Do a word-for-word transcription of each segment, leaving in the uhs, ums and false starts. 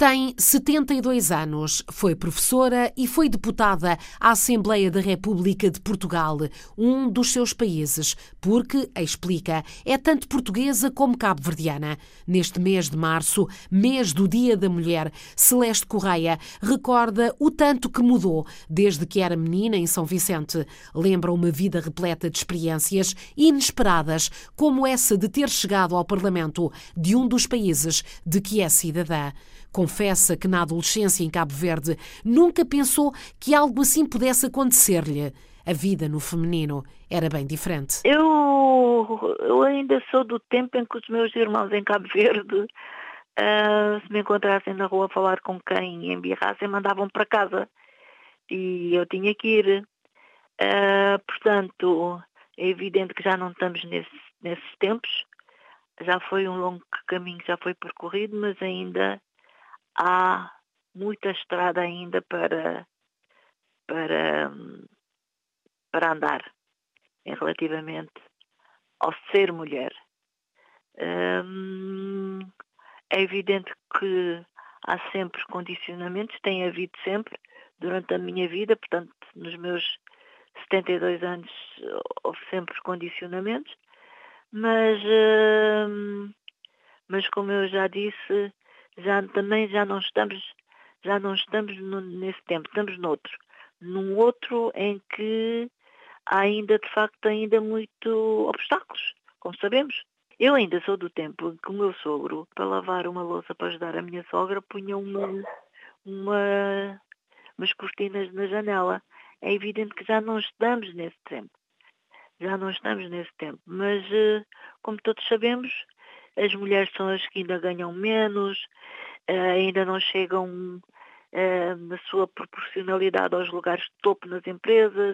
Tem setenta e dois anos, foi professora e foi deputada à Assembleia da República de Portugal, um dos seus países, porque, explica, é tanto portuguesa como cabo-verdiana. Neste mês de março, mês do Dia da Mulher, Celeste Correia recorda o tanto que mudou desde que era menina em São Vicente. Lembra uma vida repleta de experiências inesperadas, como essa de ter chegado ao Parlamento de um dos países de que é cidadã. Confessa que na adolescência em Cabo Verde nunca pensou que algo assim pudesse acontecer-lhe. A vida no feminino era bem diferente. Eu, eu ainda sou do tempo em que os meus irmãos em Cabo Verde, uh, se me encontrassem na rua a falar com quem embirrassem, mandavam para casa. E eu tinha que ir. Uh, portanto, é evidente que já não estamos nesse, nesses tempos. Já foi um longo caminho, já foi percorrido, mas ainda há muita estrada ainda para, para, para andar em relativamente ao ser mulher. Hum, é evidente que há sempre condicionamentos, tem havido sempre, durante a minha vida, portanto, nos meus setenta e dois anos houve sempre condicionamentos, mas, hum, mas como eu já disse, já, também já não estamos, já não estamos no, nesse tempo, estamos noutro, num outro em que há ainda, de facto, ainda muito obstáculos, como sabemos. Eu ainda sou do tempo em que o meu sogro, para lavar uma louça para ajudar a minha sogra, punha uma, uma, umas cortinas na janela. É evidente que já não estamos nesse tempo. Já não estamos nesse tempo. Mas, como todos sabemos, as mulheres são as que ainda ganham menos, ainda não chegam na sua proporcionalidade aos lugares de topo nas empresas,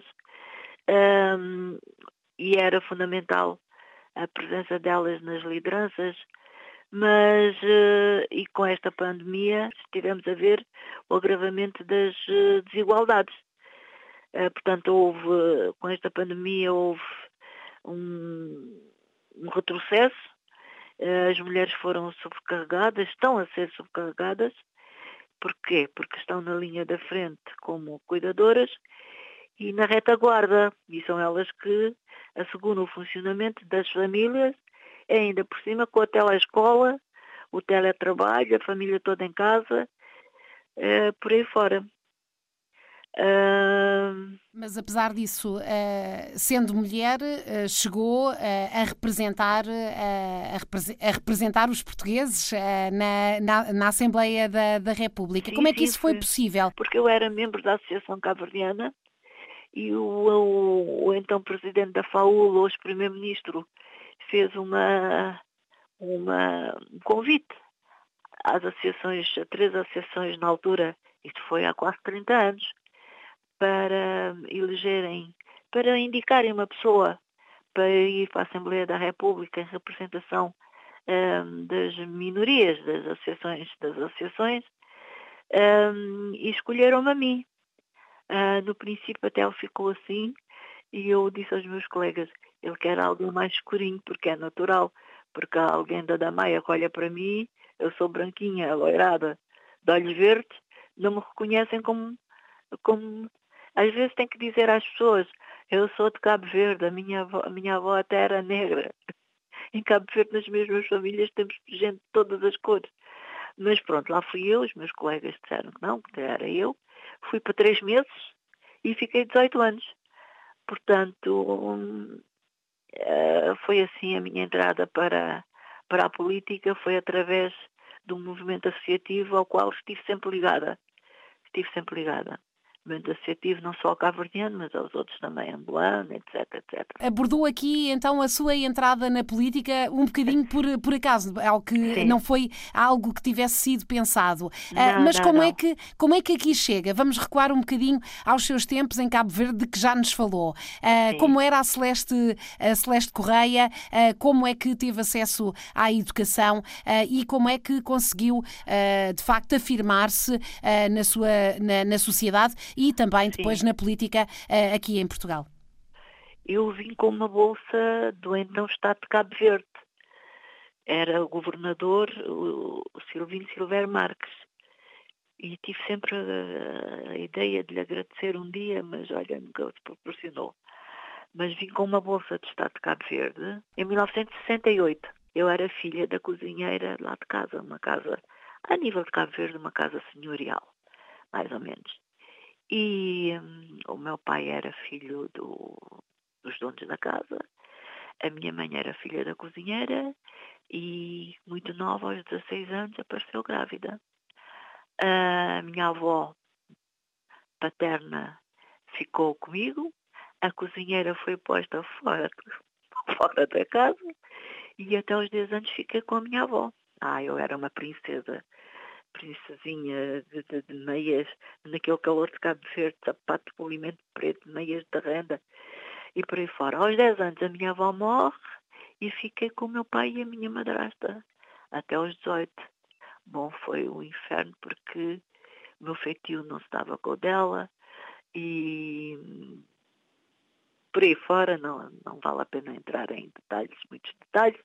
e era fundamental a presença delas nas lideranças, mas e com esta pandemia estivemos a ver o agravamento das desigualdades. Portanto, houve, com esta pandemia houve um, um retrocesso, as mulheres foram sobrecarregadas, estão a ser sobrecarregadas. Porquê? Porque estão na linha da frente como cuidadoras e na retaguarda, e são elas que asseguram o funcionamento das famílias, ainda por cima com a telescola, o teletrabalho, a família toda em casa, uh, por aí fora. Uh... Mas apesar disso, uh, sendo mulher, uh, chegou uh, a, representar, uh, a, repre- a representar os portugueses uh, na, na, na Assembleia da, da República. Sim, Como é que sim, isso foi sim. possível? Porque eu era membro da Associação Cabo-Verdiana e o, o, o então presidente da FAUL, hoje primeiro-ministro, fez uma, uma, um convite às associações, a três associações na altura, isto foi há quase trinta anos, para elegerem, para indicarem uma pessoa para ir para a Assembleia da República em representação um, das minorias, das associações, das associações, um, e escolheram-me a mim. Uh, no princípio até ele ficou assim, e eu disse aos meus colegas, ele quer algo mais escurinho, porque é natural, porque há alguém da Damaia que olha para mim, eu sou branquinha, aloirada, de olhos verdes, não me reconhecem como, como... Às vezes tem que dizer às pessoas, eu sou de Cabo Verde, a minha avó, a minha avó até era negra. Em Cabo Verde, nas mesmas famílias, temos gente de todas as cores. Mas pronto, lá fui eu, os meus colegas disseram que não, que era eu. Fui para três meses e fiquei dezoito anos. Portanto, foi assim a minha entrada para, para a política, foi através de um movimento associativo ao qual estive sempre ligada. Estive sempre ligada. Movimento associativo não só ao cabo-verdiano, mas aos outros também, angolano, etc, etcétera. Abordou aqui, então, a sua entrada na política um bocadinho por, por acaso, algo que Sim. Não foi algo que tivesse sido pensado. Não, uh, mas não, como, não. É que, como é que aqui chega? Vamos recuar um bocadinho aos seus tempos em Cabo Verde, de que já nos falou. Uh, como era a Celeste, a Celeste Correia, uh, como é que teve acesso à educação uh, e como é que conseguiu, uh, de facto, afirmar-se uh, na, sua, na, na sociedade e também depois Sim. na política uh, aqui em Portugal? Eu vim com uma bolsa do então Estado de Cabo Verde. Era o governador, o Silvino Silvério Marques. e tive sempre a, a ideia de lhe agradecer um dia, mas olha, nunca se proporcionou. Mas vim com uma bolsa do Estado de Cabo Verde em mil novecentos e sessenta e oito. Eu era filha da cozinheira lá de casa, uma casa, a nível de Cabo Verde, uma casa senhorial, mais ou menos. E hum, o meu pai era filho do, dos donos da casa, a minha mãe era filha da cozinheira e muito nova, aos dezasseis anos, apareceu grávida. A minha avó paterna ficou comigo, a cozinheira foi posta fora, fora da casa e até aos dez anos fiquei com a minha avó. Ah, eu era uma princesa, princesinha de, de, de meias, naquele calor de Cabo Verde, sapato de polimento preto, meias de renda e por aí fora. Aos dez anos a minha avó morre e fiquei com o meu pai e a minha madrasta até aos dezoito. Bom, foi um inferno porque o meu feitio não se dava com o dela e por aí fora não, não vale a pena entrar em detalhes, muitos detalhes.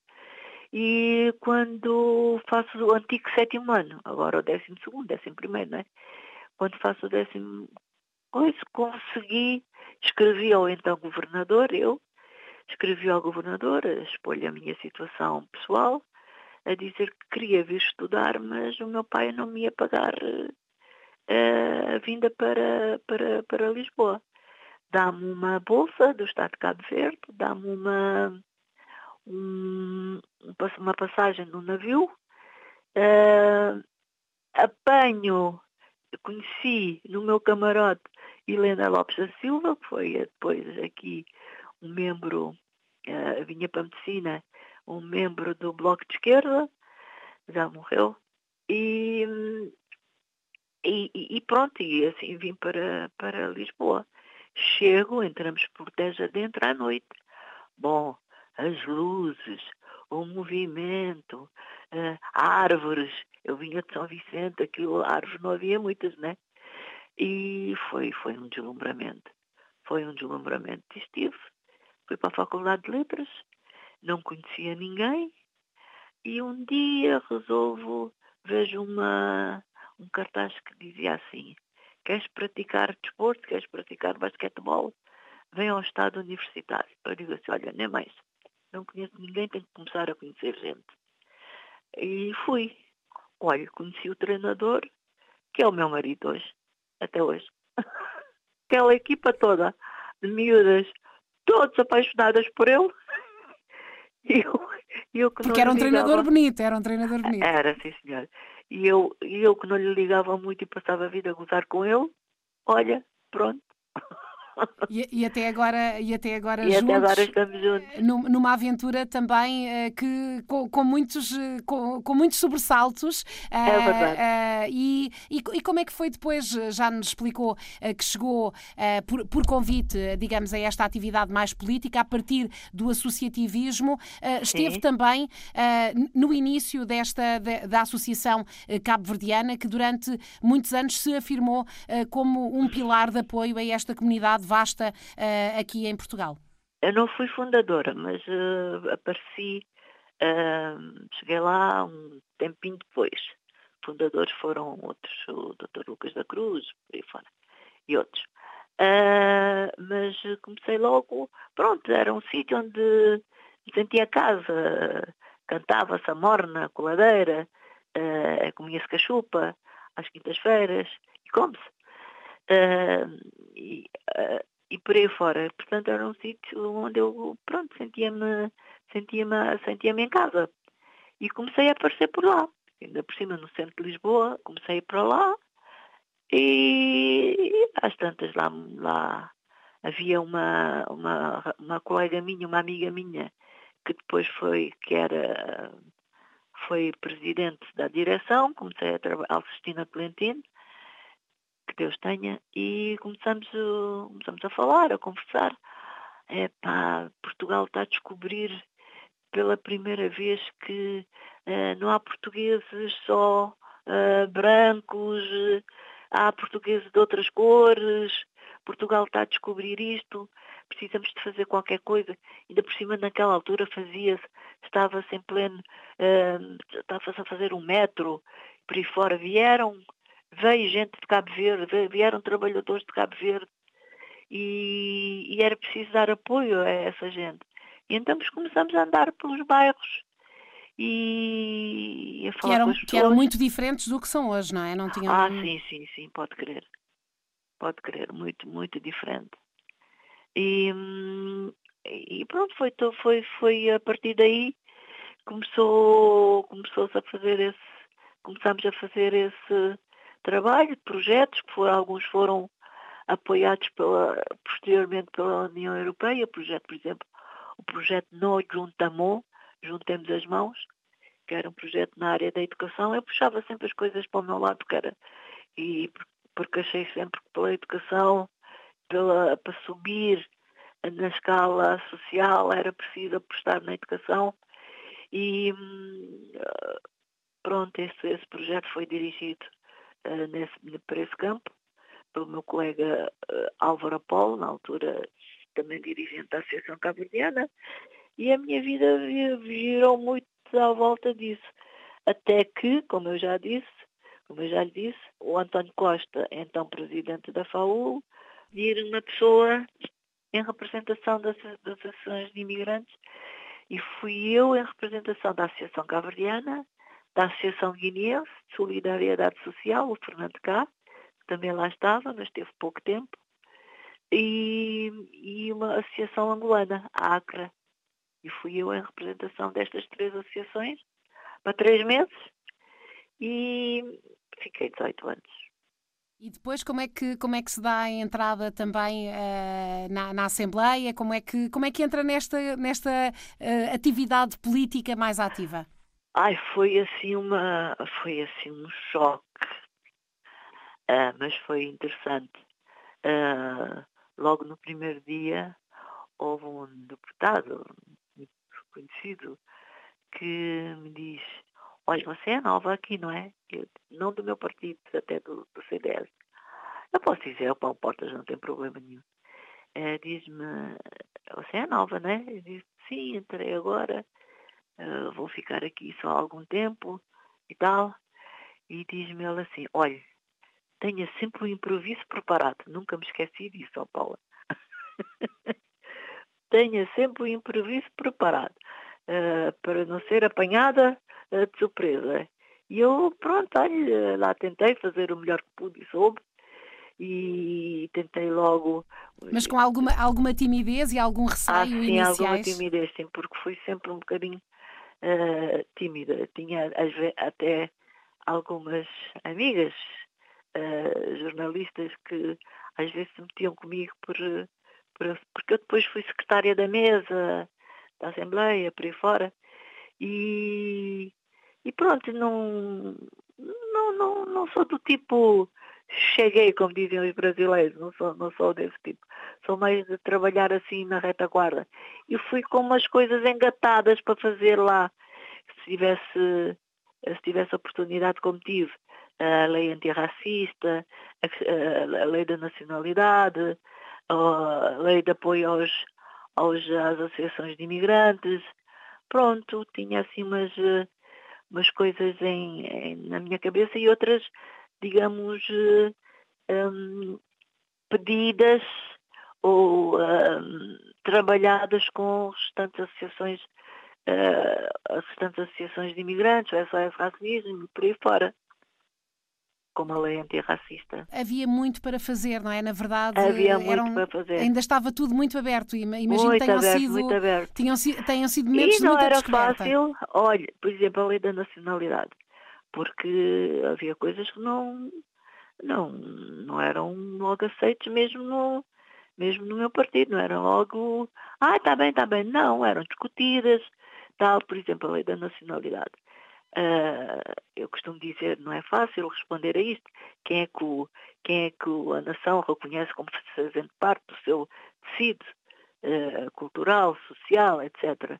E quando faço o antigo sétimo ano, agora o décimo segundo, décimo primeiro, não é? Quando faço o décimo coisa, consegui, escrevi ao então governador, eu, escrevi ao governador, expor-lhe a minha situação pessoal, a dizer que queria vir estudar, mas o meu pai não me ia pagar uh, a vinda para, para, para Lisboa. Dá-me uma bolsa do Estado de Cabo Verde, dá-me uma, um, uma passagem no navio, uh, apanho, conheci no meu camarote Helena Lopes da Silva, que foi depois aqui um membro, uh, vinha para a medicina, um membro do Bloco de Esquerda, já morreu, e, e, e pronto, e assim vim para, para Lisboa. Chego, entramos por Teja dentro à noite. Bom, as luzes, o movimento, uh, árvores, eu vinha de São Vicente, aquilo, árvores não havia muitas, né? E foi, foi um deslumbramento, foi um deslumbramento. Estive, fui para a Faculdade de Letras, não conhecia ninguém, e um dia resolvo, vejo uma, um cartaz que dizia assim: queres praticar desporto, queres praticar basquetebol, vem ao estado universitário. Eu digo assim, olha, nem mais, não conheço ninguém, tenho que começar a conhecer gente. E fui. Olha, conheci o treinador, que é o meu marido hoje, até hoje. Aquela equipa toda de miúdas, todas apaixonadas por ele. E eu, eu que Porque não era um lhe treinador ligava. bonito, era um treinador bonito. Era, sim, senhor. E eu, eu que não lhe ligava muito e passava a vida a gozar com ele, olha, pronto. E, e até agora, e até agora E juntos, até agora estamos juntos. numa aventura também uh, que, com, com, muitos, uh, com, com muitos sobressaltos. Uh, É verdade. Uh, e, e, e como é que foi depois? Já nos explicou uh, que chegou uh, por, por convite, digamos, a esta atividade mais política, a partir do associativismo. Uh, esteve Sim. também uh, no início desta, da, da Associação Cabo-Verdiana, que durante muitos anos se afirmou uh, como um pilar de apoio a esta comunidade vasta uh, aqui em Portugal. Eu não fui fundadora, mas uh, apareci, uh, cheguei lá um tempinho depois. Fundadores foram outros, o doutor Lucas da Cruz, por aí fora, e outros. Uh, mas comecei logo, pronto, era um sítio onde me sentia casa, cantava-se a morna, a coladeira, uh, comia-se cachupa às quintas-feiras, e come-se. Uh, e, uh, e por aí fora. Portanto, era um sítio onde eu, pronto, sentia-me sentia-me, sentia-me em casa. E comecei a aparecer por lá. Ainda por cima, no centro de Lisboa, comecei a ir para lá e às tantas lá, lá havia uma, uma, uma colega minha, uma amiga minha, que depois foi, que era, foi presidente da direção, comecei a trabalhar, Alcestina Tolentino, que Deus tenha, e começamos, a, começamos a falar, a conversar. Epá, Portugal está a descobrir pela primeira vez que uh, não há portugueses só uh, brancos, uh, há portugueses de outras cores, Portugal está a descobrir isto, precisamos de fazer qualquer coisa. Ainda por cima, naquela altura, fazia-se, estava-se em pleno, uh, estava-se a fazer um metro, por aí fora vieram, veio gente de Cabo Verde, vieram trabalhadores de Cabo Verde e, e era preciso dar apoio a essa gente. E então começamos a andar pelos bairros e a Que falar com eram, as que eram pessoas. muito diferentes do que são hoje, não é? Não tinham... Ah, sim, sim, sim, pode crer. Pode crer, muito, muito diferente. E, hum, e pronto, foi, foi, foi a partir daí começou, começou-se a fazer esse, começámos a fazer esse trabalho de projetos, que foram, alguns foram apoiados pela, posteriormente pela União Europeia, projeto, por exemplo, o projeto Nós Juntamos, Juntemos as Mãos, que era um projeto na área da educação. Eu puxava sempre as coisas para o meu lado, porque era, e porque achei sempre que pela educação, pela, para subir na escala social, era preciso apostar na educação. E pronto, esse, esse projeto foi dirigido uh, nesse, para esse campo, pelo meu colega uh, Álvaro Apolo, na altura também dirigente da Associação Cabo-Verdiana, e a minha vida girou muito à volta disso. Até que, como eu já disse, como eu já lhe disse, o António Costa, então presidente da FAU, vir uma pessoa em representação das, das associações de imigrantes, e fui eu em representação da Associação Cabo-Verdiana, da Associação Guineense de Solidariedade Social, o Fernando Cá, que também lá estava, mas teve pouco tempo, e, e uma associação angolana, a ACRA. E fui eu em representação destas três associações, para três meses, e fiquei dezoito anos. E depois como é que, como é que se dá a entrada também uh, na, na Assembleia? Como é que, como é que entra nesta, nesta uh, atividade política mais ativa? Ai, foi assim uma, foi assim um choque, uh, mas foi interessante. Uh, logo no primeiro dia houve um deputado muito conhecido que me diz: olha, você é nova aqui, não é? Eu, não do meu partido, até do, do C D S. Eu posso dizer, o Paulo Portas não tem problema nenhum. Uh, diz-me: você é nova, não é? Eu disse: sim, entrei agora, uh, vou ficar aqui só algum tempo e tal. E diz-me ele assim: olha, tenha sempre o improviso preparado. Nunca me esqueci disso, ó Paula. Tenha sempre o improviso preparado, uh, para não ser apanhada uh, de surpresa. E eu, pronto, olha, lá tentei fazer o melhor que pude e soube, e tentei logo... Mas com alguma, alguma timidez e algum Ah, receio sim, alguma iniciais? timidez, sim, porque fui sempre um bocadinho uh, tímida. Tinha às vezes, até algumas amigas uh, jornalistas que às vezes se metiam comigo por... porque eu depois fui secretária da mesa, da Assembleia, por aí fora, e, e pronto, não, não, não, não sou do tipo, cheguei, como dizem os brasileiros, não sou, não sou desse tipo, sou mais de trabalhar assim na retaguarda. E fui com umas coisas engatadas para fazer lá, se tivesse, se tivesse oportunidade como tive, a lei antirracista, a, a lei da nacionalidade, a lei de apoio aos, aos, às associações de imigrantes. Pronto, tinha assim umas, umas coisas em, em, na minha cabeça e outras, digamos, um, pedidas ou um, trabalhadas com restantes associações, uh, as restantes associações de imigrantes, o S O S Racismo, por aí fora, como a lei antirracista. Havia muito para fazer, não é? Na verdade, Havia muito eram, para fazer. ainda estava tudo muito aberto. Imagino Muito que tenham aberto, sido, muito aberto. tenham, tenham sido momentos E de não muita era descoberta. fácil, olha, por exemplo, a lei da nacionalidade, porque havia coisas que não, não, não eram logo aceitas mesmo no, mesmo no meu partido, não eram logo, ah, está bem, está bem, não, eram discutidas, tal, por exemplo, a lei da nacionalidade. Uh, eu costumo dizer, não é fácil responder a isto, quem é que, o, quem é que a nação reconhece como fazendo parte do seu tecido uh, cultural, social, etcétera.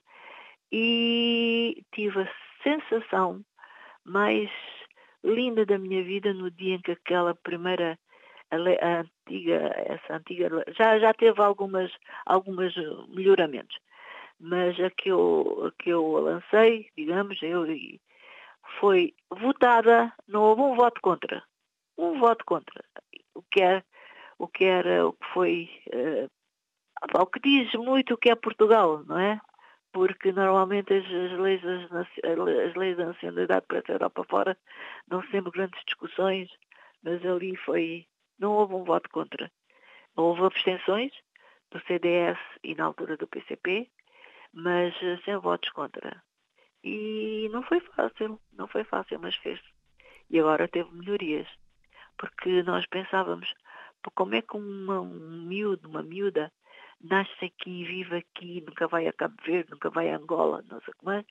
E tive a sensação mais linda da minha vida no dia em que aquela primeira, a, a antiga, essa antiga, já, já teve algumas, algumas melhoramentos, mas a que eu, a que eu lancei, digamos, eu foi votada, não houve um voto contra. um voto contra. O que é, o que era, o que foi, uh, o que diz muito o que é Portugal, não é? Porque normalmente as, as, leis, das, as leis da nacionalidade para essa Europa fora dão sempre grandes discussões, mas ali foi, não houve um voto contra. Houve abstenções do C D S e na altura do P C P, mas sem votos contra. E não foi fácil, não foi fácil, mas fez. E agora teve melhorias, porque nós pensávamos, como é que uma, um miúdo, uma miúda, nasce aqui, vive aqui, nunca vai a Cabo Verde, nunca vai a Angola, não sei como é,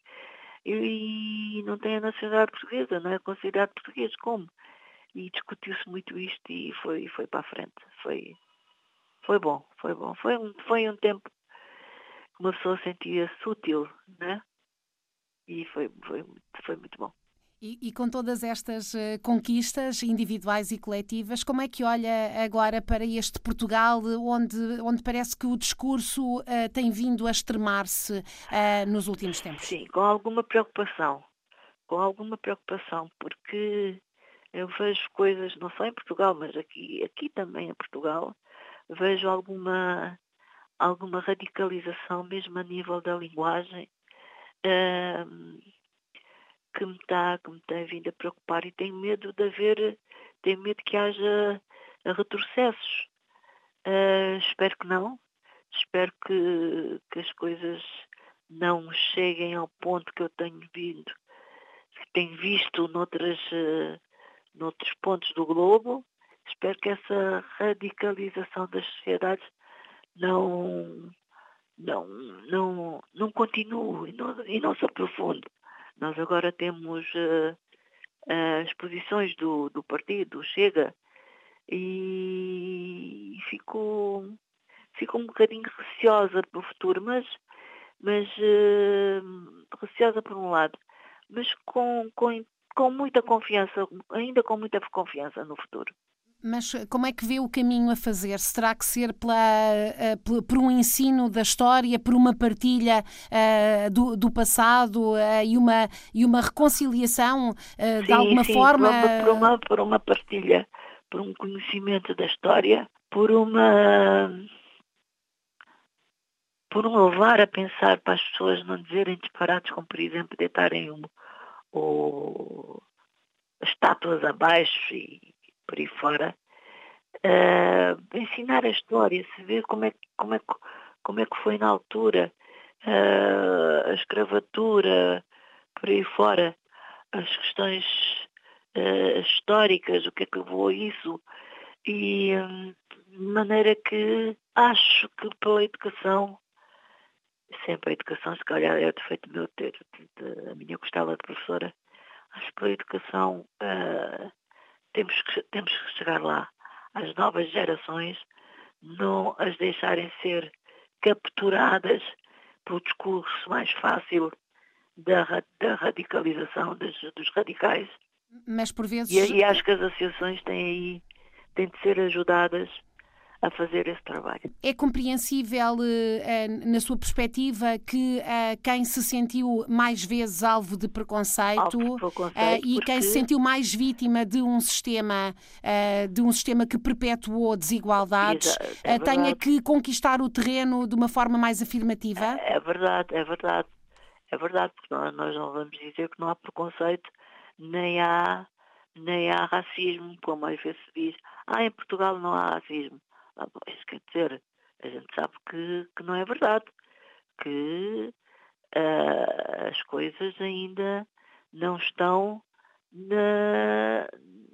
e não tem a nacionalidade portuguesa, não é considerado português, como? E discutiu-se muito isto e foi, foi para a frente. Foi, foi bom, foi bom. Foi um, foi um tempo que uma pessoa sentia-se útil, né? E foi, foi, foi muito bom. E, e com todas estas uh, conquistas individuais e coletivas, como é que olha agora para este Portugal, onde, onde parece que o discurso uh, tem vindo a extremar-se uh, nos últimos tempos? Sim, com alguma preocupação. Com alguma preocupação, porque eu vejo coisas, não só em Portugal, mas aqui, aqui também em Portugal, vejo alguma, alguma radicalização, mesmo a nível da linguagem, uh, que me está, que me tem vindo a preocupar e tenho medo de haver, tenho medo que haja retrocessos. Uh, espero que não. Espero que, que as coisas não cheguem ao ponto que eu tenho vindo, que tenho visto noutras, uh, noutros pontos do globo. Espero que essa radicalização das sociedades não, não, não, não continue e não, e não se aprofunde. Nós agora temos uh, as posições do, do partido, do Chega, e fico, fico um bocadinho receosa para o futuro, mas, mas uh, receosa por um lado, mas com, com, com muita confiança, ainda com muita confiança no futuro. Mas como é que vê o caminho a fazer? Será que ser pela, uh, por um ensino da história, por uma partilha uh, do, do passado uh, e, uma, e uma reconciliação uh, sim, de alguma sim, forma? Por uma, por, uma, por uma partilha, por um conhecimento da história, por uma... por um levar a pensar para as pessoas não dizerem disparados, como por exemplo deitarem o, o, as estátuas abaixo e por aí fora, uh, ensinar a história, se ver como é, como é, como é que foi na altura, uh, a escravatura, por aí fora, as questões uh, históricas, o que é que levou a isso, e um, de maneira que acho que pela educação, sempre a educação, se calhar é o defeito meu ter, de, a minha costela de professora, acho que pela educação uh, temos, que, temos que chegar lá. As novas gerações não as deixarem ser capturadas pelo discurso mais fácil da, da radicalização dos, dos radicais. Mas por vezes... E, e acho que as associações têm aí, têm de ser ajudadas a fazer esse trabalho. É compreensível, na sua perspectiva, que quem se sentiu mais vezes alvo de preconceito, alvo de preconceito e porque... quem se sentiu mais vítima de um sistema, de um sistema que perpetuou desigualdades, é tenha que conquistar o terreno de uma forma mais afirmativa? É, é verdade, é verdade. É verdade, porque nós, nós não vamos dizer que não há preconceito, nem há, nem há racismo, como às vezes se diz. Ah, em Portugal não há racismo. Ah, isso quer dizer, a gente sabe que, que não é verdade, que uh, as coisas ainda não estão na,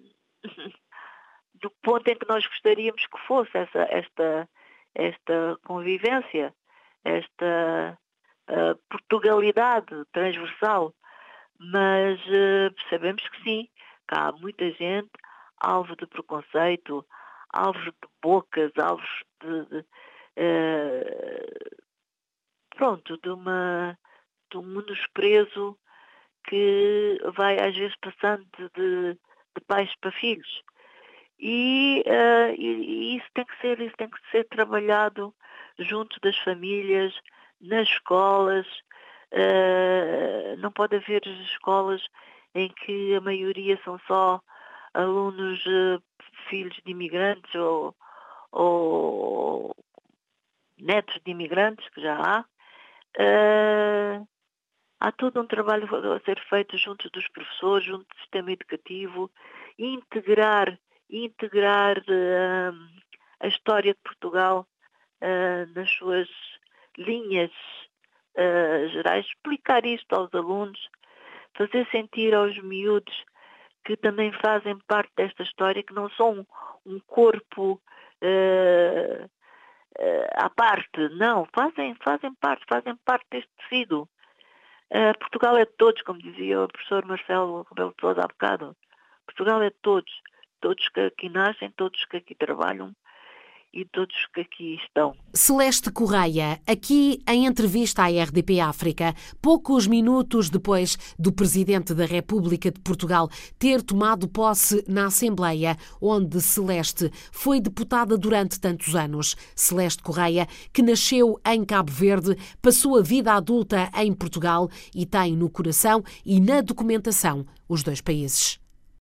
do ponto em que nós gostaríamos que fosse essa, esta, esta convivência, esta uh, Portugalidade transversal. Mas uh, sabemos que sim, que há muita gente alvo de preconceito, alvos de bocas, alvos de, de uh, pronto, de, uma, de um menosprezo que vai às vezes passando de, de pais para filhos. E, uh, e, e isso tem que ser, isso tem que ser trabalhado junto das famílias, nas escolas. Uh, não pode haver escolas em que a maioria são só alunos uh, filhos de imigrantes ou, ou netos de imigrantes, que já há. Uh, há todo um trabalho a ser feito junto dos professores, junto do sistema educativo, integrar, integrar uh, a história de Portugal uh, nas suas linhas uh, gerais, explicar isto aos alunos, fazer sentir aos miúdos que também fazem parte desta história, que não são um, um corpo uh, uh, à parte, não, fazem, fazem parte, fazem parte deste tecido. Uh, Portugal é de todos, como dizia o professor Marcelo Rebelo de Sousa há bocado. Portugal é de todos, todos que aqui nascem, todos que aqui trabalham e todos que aqui estão. Celeste Correia, aqui em entrevista à R D P África, poucos minutos depois do Presidente da República de Portugal ter tomado posse na Assembleia, onde Celeste foi deputada durante tantos anos. Celeste Correia, que nasceu em Cabo Verde, passou a vida adulta em Portugal e tem no coração e na documentação os dois países.